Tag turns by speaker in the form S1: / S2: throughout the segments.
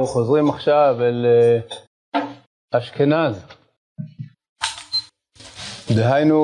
S1: אנחנו חוזרים עכשיו אל אשכנז. דהיינו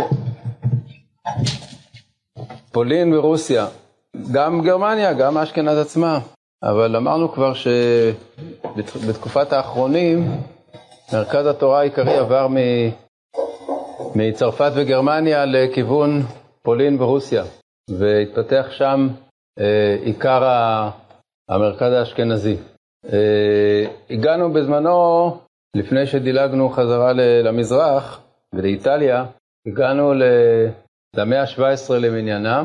S1: פולין ורוסיה, גם גרמניה, גם אשכנז עצמה. אבל אמרנו כבר שבתקופת האחרונים מרכז התורה העיקרי עבר מצרפת וגרמניה לכיוון פולין ורוסיה, והתפתח שם עיקר המרכז האשכנזי. הגענו בזמנו, לפני שדילגנו חזרה למזרח ולאיטליה, הגענו למאה ה-17 למניינם.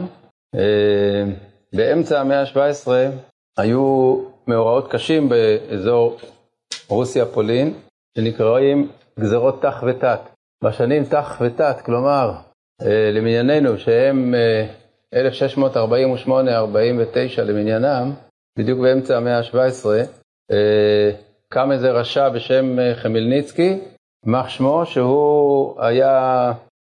S1: באמצע המאה ה-17 היו מאורעות קשים באזור רוסיה-פולין, שנקראים גזרות תח ותת. בשנים תח ותת, כלומר, למנייננו, שהם 1648-49 למניינם, בדיוק באמצע המאה ה-17, קם איזה רשע בשם חמלניצקי, מח שמו, שהוא היה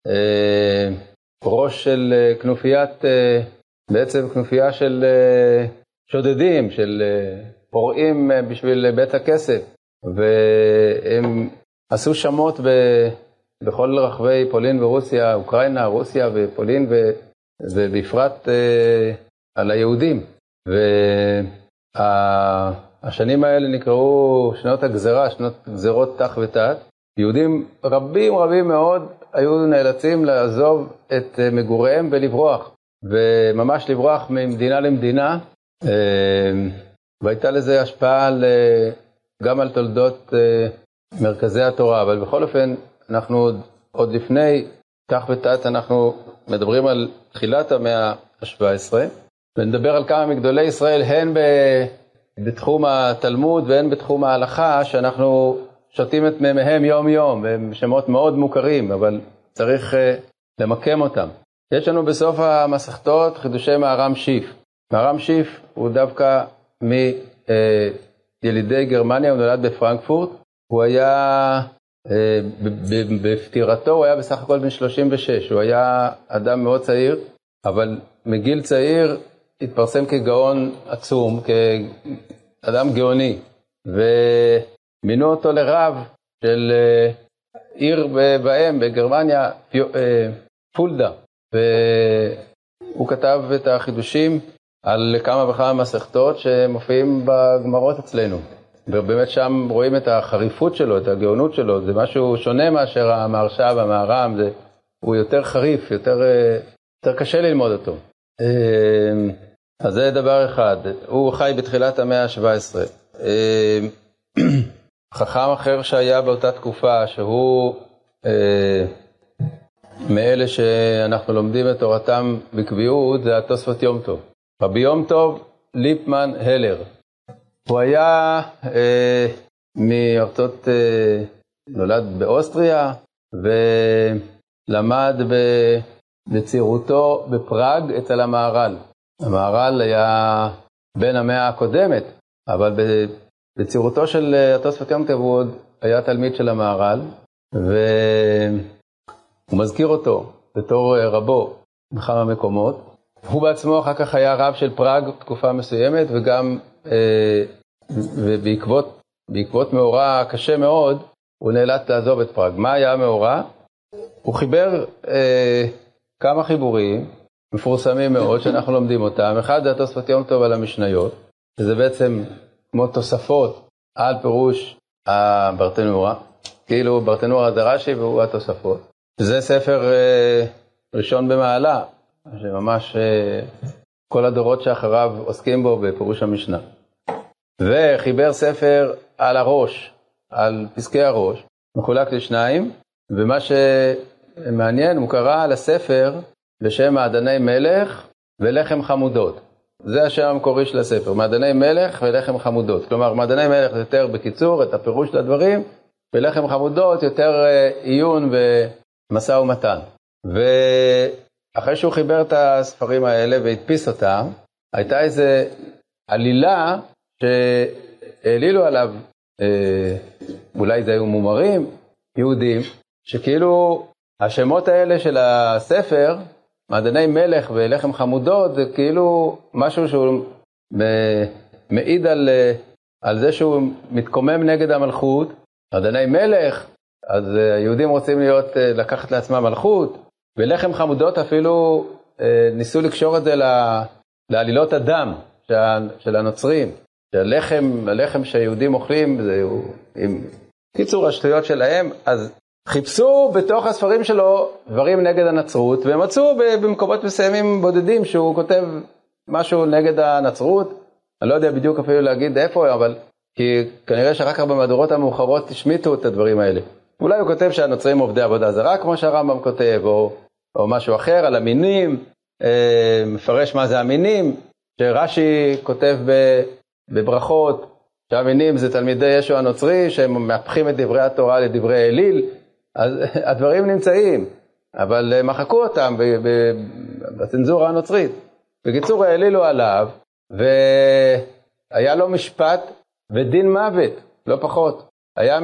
S1: ראש של כנופיית, בעצם כנופיה של שודדים, של פורעים בשביל בית הכסף, והם עשו שמות בכל רחבי פולין ורוסיה, אוקראינה, רוסיה ופולין, ובפרט על היהודים. והשנים האלה נקראו שנות הגזרה, שנות גזרות תח ותת. יהודים רבים מאוד היו נאלצים לעזוב את מגוריהם ולברוח, וממש לברוח ממדינה למדינה, והייתה לזה השפעה גם על תולדות מרכזי התורה. אבל בכל אופן, אנחנו עוד לפני תח ותת, אנחנו מדברים על תחילת המאה ה-17, ונדבר על כמה מגדולי ישראל, הן בתחום התלמוד והן בתחום ההלכה, שאנחנו שותים את מימיהם יום יום, והם שמות מאוד מוכרים, אבל צריך למקם אותם. יש לנו בסוף המסכתות חידושי מהר"ם שיף. מהר"ם שיף הוא דווקא מילידי גרמניה, הוא נולד בפרנקפורט. הוא היה, בפטירתו הוא היה בסך הכל בן 36. הוא היה אדם מאוד צעיר, אבל מגיל צעיר התפרסם כגאון עצום, כאדם גאוני. ומינו אותו לרב של עיר בהם, בגרמניה, פולדה. והוא כתב את החידושים על כמה וכמה מסכתות שמופיעים בגמרות אצלנו. ובאמת שם רואים את החריפות שלו, את הגאונות שלו. זה משהו שונה מאשר המהרש"א והמהר"ם, הוא יותר חריף, יותר קשה ללמוד אותו. אז זה דבר אחד. הוא חי בתחילת המאה ה-17. חכם אחר שהיה באותה תקופה, שהוא מאלה שאנחנו לומדים את תורתם בקביעות, זה התוספות יום טוב. רבי יום טוב ליפמן הלר. הוא היה מארצות, נולד באוסטריה, ולמד בצעירותו בפראג אצל המהר"ל. המהר"ל היה בן המאה הקודמת, אבל בצעירותו של התוספות יום טוב הוא עוד היה תלמיד של המהר"ל, הוא מזכיר אותו בתור רבו בכמה מקומות. הוא בעצמו אחר כך היה רב של פראג תקופה מסוימת, וגם בעקבות מאורע קשה מאוד, הוא נאלץ לעזוב את פראג. מה היה המאורע? הוא חיבר כמה חיבורים מפורסמים מאוד שאנחנו לומדים אותם. אחד זה התוספות יום טוב על המשניות, שזה בעצם כמו תוספות על פירוש הברטנורה, כאילו ברטנורה זה רש"י והוא התוספות. זה ספר ראשון במעלה, שממש כל הדורות שאחריו עוסקים בו בפירוש המשנה. וחיבר ספר על הראש, על פסקי הראש, מחולק לשניים, ומה שמעניין, הוא קרא לספר בשם מעדני מלך ולחם חמודות. זה השם המקורי של הספר, מעדני מלך ולחם חמודות. כלומר, מעדני מלך זה יותר בקיצור את הפירוש של הדברים, ולחם חמודות יותר עיון ומשא ומתן. ואחרי שהוא חיבר את הספרים האלה והדפיס אותם, הייתה איזה עלילה שהעלילו עליו, אולי זה היו מומרים יהודים, שכאילו השמות האלה של הספר, מעדני מלך ולחם חמודות, זה כאילו משהו שהוא מעיד על על זה שהוא מתקומם נגד המלכות, אדוני מלך, אז היהודים רוצים לקחת לעצמם מלכות, ולחם חמודות אפילו ניסו לקשור את זה לעלילות הדם של הנוצרים. הלחם שהיהודים אוכלים, זהו, עם קיצור השטויות שלהם, אז חיפשו בתוך הספרים שלו דברים נגד הנצרות, והם מצאו במקומות מסוימים בודדים שהוא כותב משהו נגד הנצרות. אני לא יודע בדיוק אפילו להגיד איפה, אבל כי כנראה שרק במהדורות המאוחרות השמיטו את הדברים האלה. אולי הוא כותב שהנוצרים עובדי עבודה זרה, כמו שהרמב"ם כותב, או משהו אחר על המינים, מפרש מה זה המינים, שרש"י כותב בברכות, שהמינים זה תלמידי ישו הנוצרי, שהם מהפכים את דברי התורה לדברי אליל, אז הדברים נמצאים, אבל מחקו אותם בצנזורה הנוצרית. בקיצור, העלילו עליו, והיה לו משפט ודין מוות, לא פחות. היה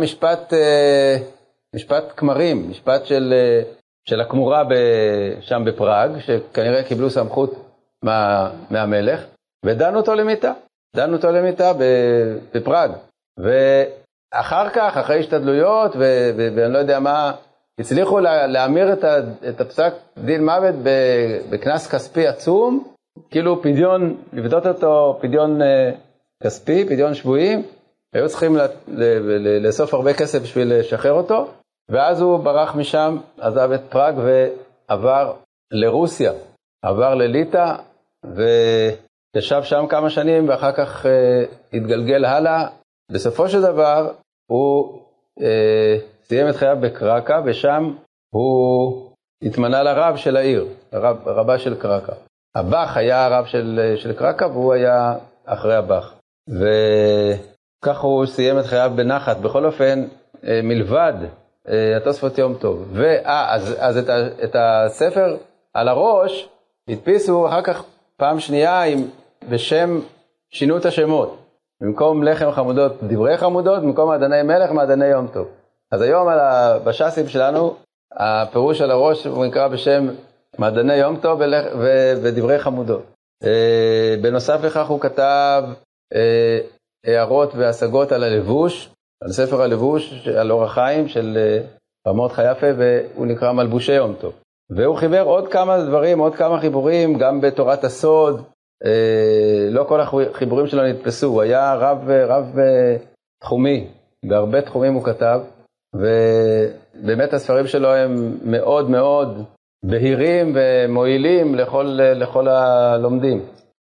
S1: משפט כמרים, משפט של הכמורה שם בפראג, שכנראה קיבלו סמכות מהמלך, ודנו אותו למיטה בפראג. ואחר כך, אחרי השתדלויות, ואני לא יודע מה, הצליחו להמיר את הפסק דין מוות בכנס כספי עצום, כאילו פדיון, לבדות אותו פדיון כספי, פדיון שבויים, היו צריכים לאסוף הרבה כסף בשביל לשחרר אותו, ואז הוא ברח משם, עזב את פראג ועבר לרוסיה, עבר לליטא, וישב שם כמה שנים, ואחר כך התגלגל הלאה. בסופו של דבר, הוא סיים את חייו בקרקה, ושם הוא התמנה לרב של העיר, רבה של קרקה. הבח היה הרב של קרקה, והוא היה אחרי הבח. וכך הוא סיים את חייו בנחת. בכל אופן, מלבד התוספות יום טוב. אז את הספר על הראש הדפיסו אחר כך פעם שנייה בשם, שינו את השמות. במקום לחם חמודות, דברי חמודות, במקום מעדני מלך, מעדני יום טוב. אז היום בש"סים שלנו, הפירוש על הראש הוא נקרא בשם מעדני יום טוב ודברי חמודות. בנוסף לכך הוא כתב הערות והשגות על הלבוש, על ספר הלבוש, על אורח חיים של רמות חייפה, והוא נקרא מלבושי יום טוב. והוא חיבר עוד כמה דברים, עוד כמה חיבורים, גם בתורת הסוד. לא כל החיבורים שלו נתפסו, הוא היה רב תחומי, בהרבה תחומים הוא כתב, ובאמת הספרים שלו הם מאוד מאוד בהירים ומועילים לכל הלומדים.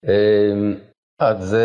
S1: אז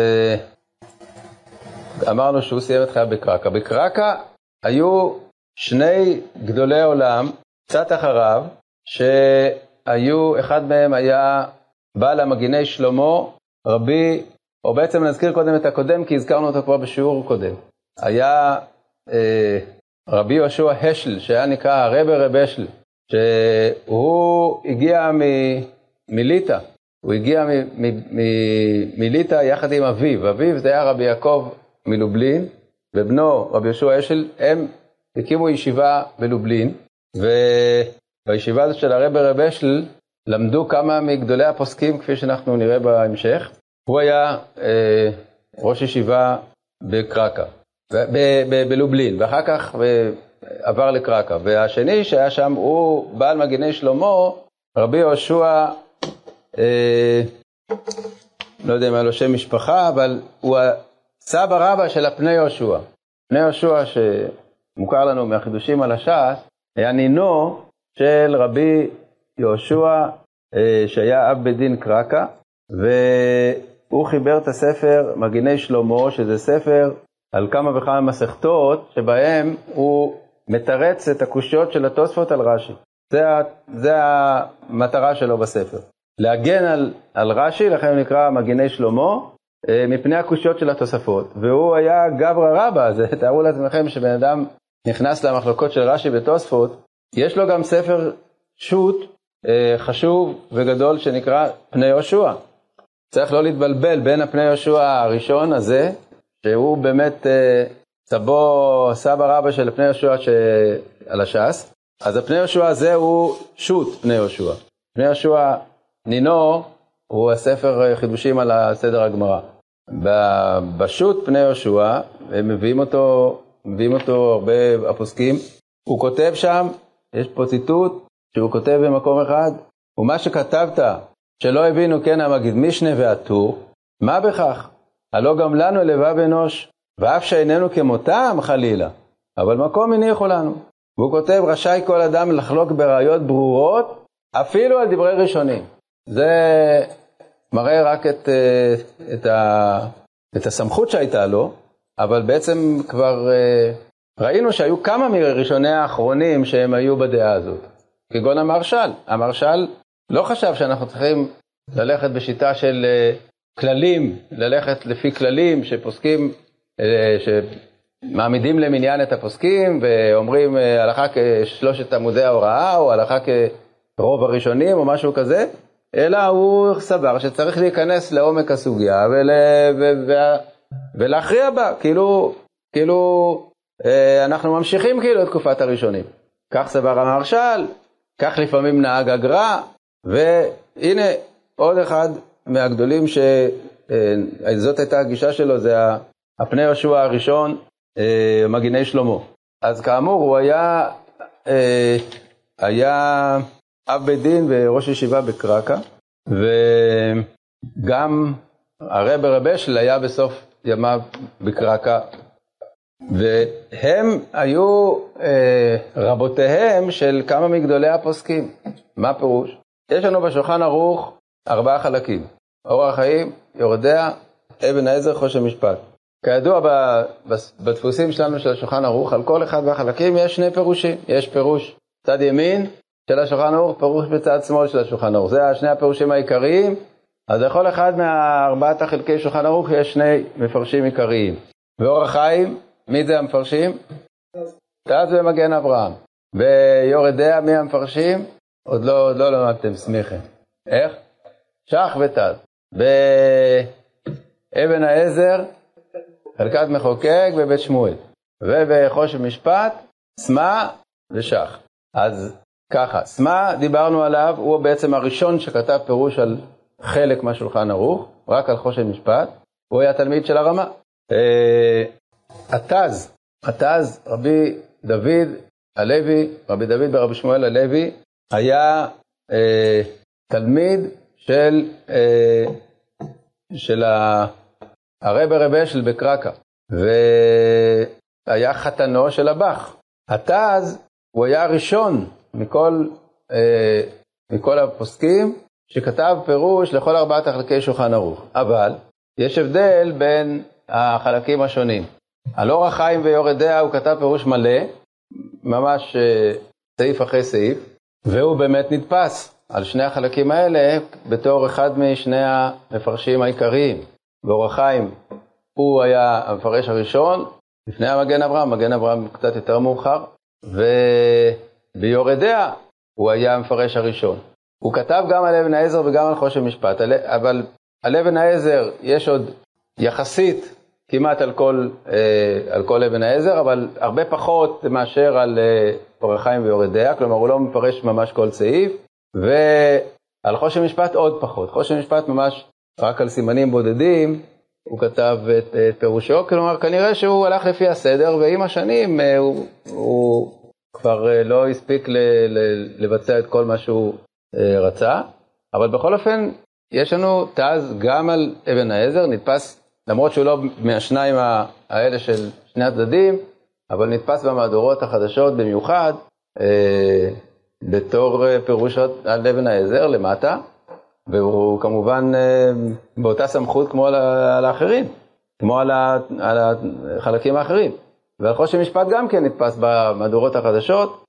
S1: אמרנו שהוא סיים את חייו בקרקה. בקרקה היו שני גדולי עולם, קצת אחריו, שהיו, אחד מהם היה בעל המגיני שלמה, רבי, או בעצם נזכיר קודם את הקודם, כי הזכרנו אותו כבר בשיעור קודם. היה רבי יהושע השל, שהיה נקרא הרב אשל, שהוא הגיע מליטא. הוא הגיע מליטא יחד עם אביו. אביו זה היה רבי יעקב מלובלין, ובנו רבי יהושע השל, הם הקימו ישיבה בלובלין, ובישיבה הזאת של הרב אשל, למדו כמה מגדולי הפוסקים, כפי שאנחנו נראה בהמשך. הוא היה ראש ישיבה בקרקה, בלובלין, ואחר כך עבר לקרקה. והשני שהיה שם הוא בעל מגיני שלמה, רבי יהושע, לא יודע אם היה לו שם משפחה, אבל הוא הסבא רבא של הפני יהושע. פני יהושע שמוכר לנו מהחידושים על הש"ס, היה נינו של רבי יהושע, שהיה אב בדין קרקה, והוא חיבר את הספר מגיני שלמה, שזה ספר על כמה וכמה מסכתות, שבהם הוא מתרץ את הקושיות של התוספות על רש"י. זה המטרה שלו בספר. להגן על רש"י, לכן הוא נקרא מגיני שלמה, מפני הקושיות של התוספות. והוא היה גברא רבא, אז תארו לעצמכם שבן אדם נכנס למחלוקות של רש"י בתוספות, יש לו גם ספר שו"ת חשוב וגדול שנקרא פני יהושע. צריך לא להתבלבל בין הפני יהושע הראשון הזה, שהוא באמת סבא רבא של פני יהושע על הש"ס. אז הפני יהושע הזה הוא שו"ת פני יהושע. פני יהושע נינו הוא הספר חידושים על הסדר הגמרא. בשו"ת פני יהושע, הם מביאים אותו הרבה הפוסקים, הוא כותב שם, יש פה ציטוט שהוא כותב במקום אחד, ומה שכתבת שלא הבינו כן המגיד משנה והטור, מה בכך? הלא גם לנו לבב אנוש, ואף שאיננו כמותם חלילה, אבל מקום הניחו לנו. והוא כותב, רשאי כל אדם לחלוק בראיות ברורות, אפילו על דברי ראשונים. זה מראה רק את הסמכות שהייתה לו, אבל בעצם כבר ראינו שהיו כמה מראשוני האחרונים שהם היו בדעה הזאת. כגון המרשל לא חשב שאנחנו צריכים ללכת בשיטה של כללים, ללכת לפי כללים שפוסקים, שמעמידים למניין את הפוסקים, ואומרים הלכה כשלושת עמודי ההוראה, או הלכה כרוב הראשונים, או משהו כזה, אלא הוא סבר שצריך להיכנס לעומק הסוגיה, ולהכריע בה, כאילו אנחנו ממשיכים כאילו את תקופת הראשונים. כך סבר המרשל, כך לפעמים נהג הגר"א, והנה עוד אחד מהגדולים שזאת הייתה הגישה שלו, זה הפני יהושע הראשון, מגיני שלמה. אז כאמור הוא היה אב בית דין וראש ישיבה בקרקה, וגם הרב רבשל היה בסוף ימיו בקרקה, והם היו רבותיהם של כמה מגדולי הפוסקים. מה פירוש? יש לנו בשולחן ערוך 4 חלקים, אור החיים, יורדיה, אבן העזר, חושן משפט. כידוע בדפוסים שלנו של השולחן ערוך, על כל אחד מהחלקים יש 2 פירושים. יש פירוש צד ימין של השולחן ערוך, פירוש בצד שמאל של השולחן ערוך. זה 2 הפירושים העיקריים. אז לכל אחד מה4 חלקי שולחן ערוך יש 2 מפרשים עיקריים. ואור החיים, מי זה המפרשים? תז ומגן אברהם. ויורדיה, מי המפרשים? עוד לא למדתם סמיכם. איך? שח ותז. באבן העזר, חלקת מחוקק בבית שמואל. ובחושן משפט, סמה ושח. אז ככה, סמה דיברנו עליו, הוא בעצם הראשון שכתב פירוש על חלק מהשולחן ערוך, רק על חושן משפט. הוא היה תלמיד של הרמה. התז, רבי דוד הלוי, רבי דוד ברבי שמואל הלוי, היה תלמיד של הרב רבשל בקרקה, והיה חתנו של הבח. התז הוא היה הראשון מכל הפוסקים שכתב פירוש לכל 4 חלקי שולחן ערוך. אבל יש הבדל בין החלקים השונים. על אור החיים ויורדיה הוא כתב פירוש מלא, ממש סעיף אחרי סעיף, והוא באמת נתפס על 2 החלקים האלה בתור אחד משני המפרשים העיקריים. באור החיים הוא היה המפרש הראשון, לפני המגן אברהם, מגן אברהם קצת יותר מאוחר, וביורדיה הוא היה המפרש הראשון. הוא כתב גם על אבן העזר וגם על חושן משפט, אבל על אבן העזר יש עוד יחסית כמעט על כל אבן העזר, אבל הרבה פחות מאשר על אור החיים ויורדיה, כלומר הוא לא מפרש ממש כל סעיף, ועל חושן משפט עוד פחות. חושן משפט ממש רק על סימנים בודדים, הוא כתב את פירושו, כלומר כנראה שהוא הלך לפי הסדר, ועם השנים הוא כבר לא הספיק לבצע את כל מה שהוא רצה, אבל בכל אופן יש לנו תז גם על אבן העזר, נתפס, למרות שהוא לא מהשניים האלה של 2 הצדדים, אבל נתפס במהדורות החדשות במיוחד, בתור פירושות על אבן העזר למטה, והוא כמובן באותה סמכות כמו על האחרים, כמו על החלקים האחרים. ועל חושן משפט גם כן נתפס במהדורות החדשות,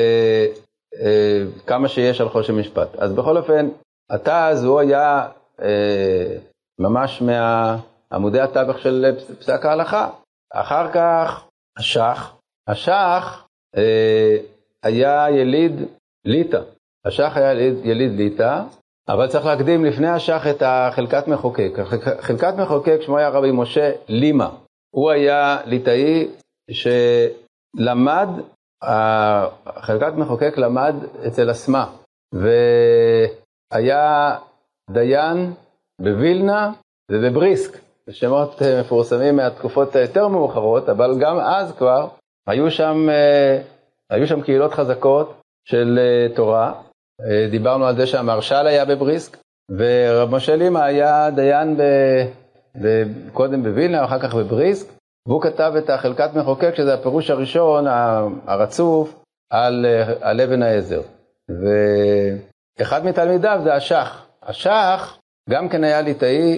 S1: כמה שיש על חושן משפט. אז בכל אופן, התז הוא היה ממש מעמודי התווך של פסק ההלכה. אחר כך השח היה יליד ליטא. השח היה יליד ליטא, אבל צריך להקדים לפני השח את החלקת מחוקק. חלקת מחוקק שמו היה רבי משה לימה. הוא היה ליטאי שלמד, חלקת מחוקק למד אצל אסמה, והיה דיין בווילנה ובבריסק. שמות מפורסמים מהתקופות היותר מאוחרות, אבל גם אז כבר היו שם קהילות חזקות של תורה. דיברנו על זה שהמרשל היה בבריסק, ורב משה לימה היה דיין קודם בווילנה, ואחר כך בבריסק, והוא כתב את החלקת מחוקק, שזה הפירוש הראשון, הרצוף, על אבן העזר. ואחד מתלמידיו זה השח. השח גם כן היה ליטאי,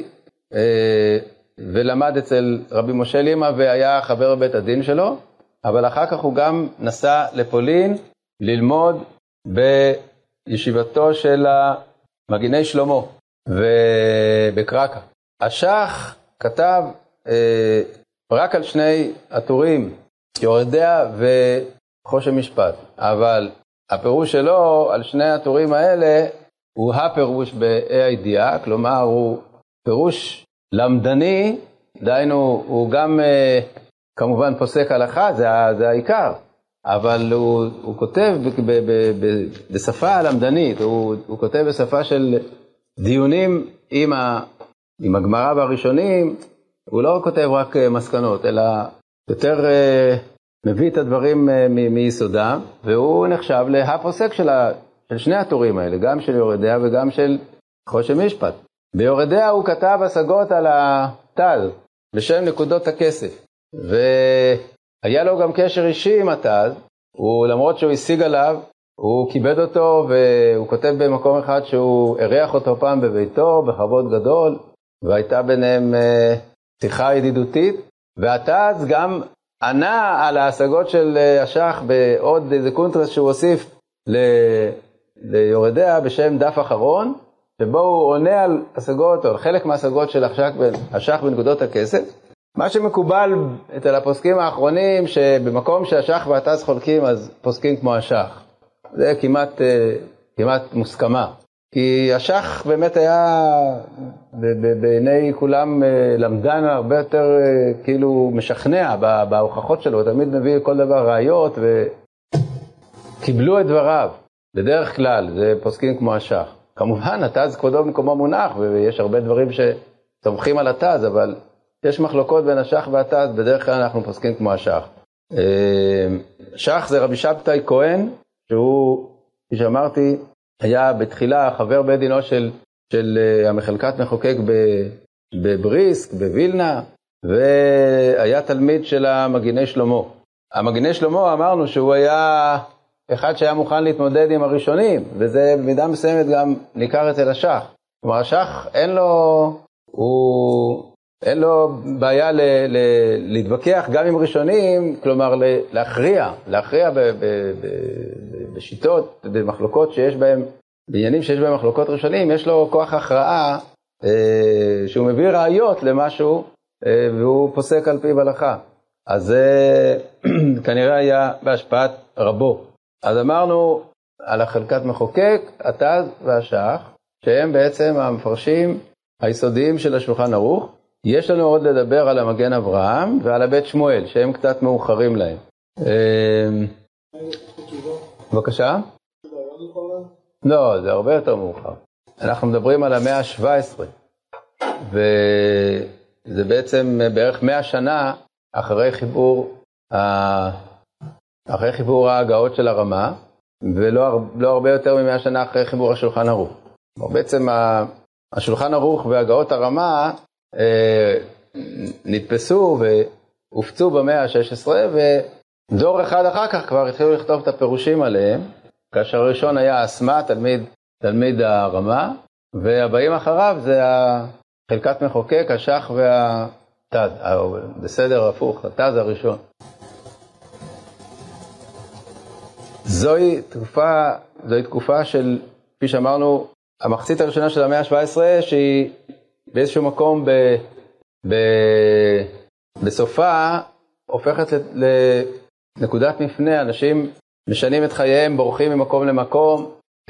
S1: ולמד אצל רבי משה לימה, והיה חבר בית הדין שלו, אבל אחר כך הוא גם נסע לפולין, ללמוד בישיבתו של מגיני שלמה, ובקרקה. השח כתב רק על שני הטורים, יורדיה וחושן משפט, אבל הפירוש שלו על שני הטורים האלה, הוא הפירוש באי הידיעה, כלומר הוא פירוש למדני, דהיינו הוא גם כמובן פוסק הלכה, זה העיקר, אבל הוא כותב בשפה למדנית, הוא כותב בשפה של דיונים עם הגמרא והראשונים, הוא לא כותב רק מסקנות, אלא יותר מביא את הדברים מיסודם, והוא נחשב להפוסק של שני הטורים האלה, גם של יורדיה וגם של חושן משפט. ביורדיה הוא כתב השגות על התז, בשם נקודות הכסף, והיה לו גם קשר אישי עם התז, למרות שהוא השיג עליו, הוא כיבד אותו, והוא כותב במקום אחד שהוא ערך אותו פעם בביתו, בכבוד גדול, והייתה ביניהם שיחה ידידותית, והתז גם ענה על ההשגות של השח בעוד איזה קונטרס שהוא הוסיף ליורדיה בשם דף אחרון, שבו הוא עונה על השגות, או על חלק מההשגות של השח בנקודות הכסף. מה שמקובל אצל הפוסקים האחרונים, שבמקום שהשח והתז חולקים, אז פוסקים כמו השח. זה כמעט מוסכמה. כי השח באמת היה בעיני כולם למדן הרבה יותר כאילו משכנע בהוכחות שלו, תמיד מביא כל דבר ראיות וקיבלו את דבריו. בדרך כלל זה פוסקים כמו השח. כמובן התז כבודו במקומו מונח, ויש הרבה דברים שתומכים על התז, אבל יש מחלוקות בין השח והתז, בדרך כלל אנחנו פוסקים כמו השח. שח זה רבי שבתאי כהן, שהוא, כפי שאמרתי, היה בתחילה חבר בית דינו של המחלקת מחוקק בבריסק, בווילנה, והיה תלמיד של המגיני שלמה. המגיני שלמה אמרנו שהוא היה אחד שהיה מוכן להתמודד עם הראשונים, וזה במידה מסוימת גם ניכר אצל השח. כלומר, השח אין לו בעיה להתווכח גם עם ראשונים, כלומר להכריע בשיטות, במחלוקות שיש בהם, בעניינים שיש בהם מחלוקות ראשונים, יש לו כוח הכרעה שהוא מביא ראיות למשהו, והוא פוסק על פיו הלכה. אז זה כנראה היה בהשפעת רבו. אז אמרנו על החלקת מחוקק, התז והשח, שהם בעצם המפרשים היסודיים של השולחן ערוך. יש לנו עוד לדבר על המגן אברהם ועל הבית שמואל, שהם קצת מאוחרים להם. בבקשה? לא, זה הרבה יותר מאוחר. אנחנו מדברים על המאה ה-17, וזה בעצם בערך 100 שנה אחרי חיבור ההגאות של הרמה, ולא הרבה יותר מ100 שנה אחרי חיבור השולחן ערוך. בעצם השולחן ערוך והגאות הרמה נתפסו והופצו במאה ה-16, ודור אחד אחר כך כבר התחילו לכתוב את הפירושים עליהם, כאשר הראשון היה אסמה, תלמיד הרמה, והבאים אחריו זה חלקת מחוקק, השח והתז, בסדר הפוך, התז הראשון. זוהי תקופה של, כפי שאמרנו, המחצית הראשונה של המאה ה-17, שהיא באיזשהו מקום בסופה הופכת לנקודת מפנה. אנשים משנים את חייהם, בורחים ממקום למקום,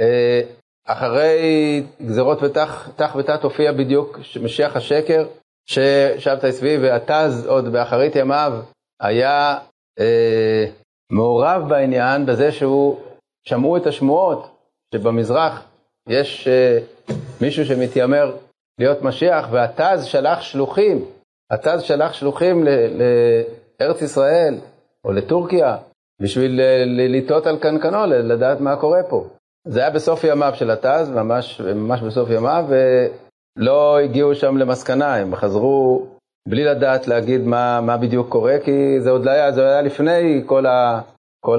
S1: אחרי גזרות ותח ותת הופיע בדיוק משיח השקר, ששבתאי צבי, והתז עוד באחרית ימיו היה מעורב בעניין, בזה שהוא שמעו את השמועות שבמזרח יש מישהו שמתיימר להיות משיח, והתז שלח שלוחים התז שלח שלוחים לארץ ישראל, או לטורקיה, בשביל לטעות על קנקנו, לדעת מה קורה פה. זה היה בסוף ימיו של התז, ממש בסוף ימיו, ולא הגיעו שם למסקנה, הם חזרו בלי לדעת להגיד מה בדיוק קורה, כי זה עוד לא היה, זה היה לפני כל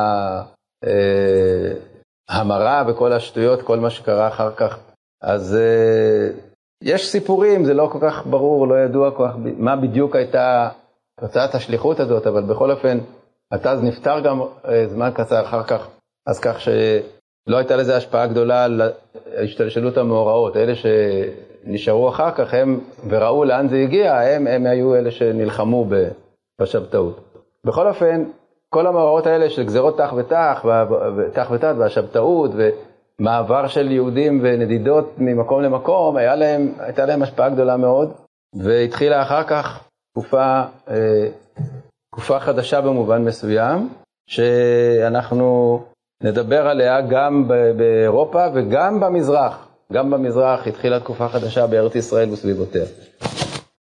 S1: ההמרה וכל השטויות, כל מה שקרה אחר כך. אז יש סיפורים, זה לא כל כך ברור, לא ידוע כל כך מה בדיוק הייתה תוצאת השליחות הזאת, אבל בכל אופן, התז נפטר גם זמן קצר אחר כך, אז כך שלא הייתה לזה השפעה גדולה על השתלשלות המאורעות. אלה שנשארו אחר כך הם וראו לאן זה הגיע, הם היו אלה שנלחמו בשבתאות. בכל אופן, כל המאורעות האלה של גזירות תח ותת והשבתאות ומעבר של יהודים ונדידות ממקום למקום, הייתה להם השפעה גדולה מאוד, והתחילה אחר כך תקופה חדשה במובן מסוים, שאנחנו נדבר עליה גם באירופה וגם במזרח. גם במזרח התחילה תקופה חדשה בארץ ישראל וסביבותיה.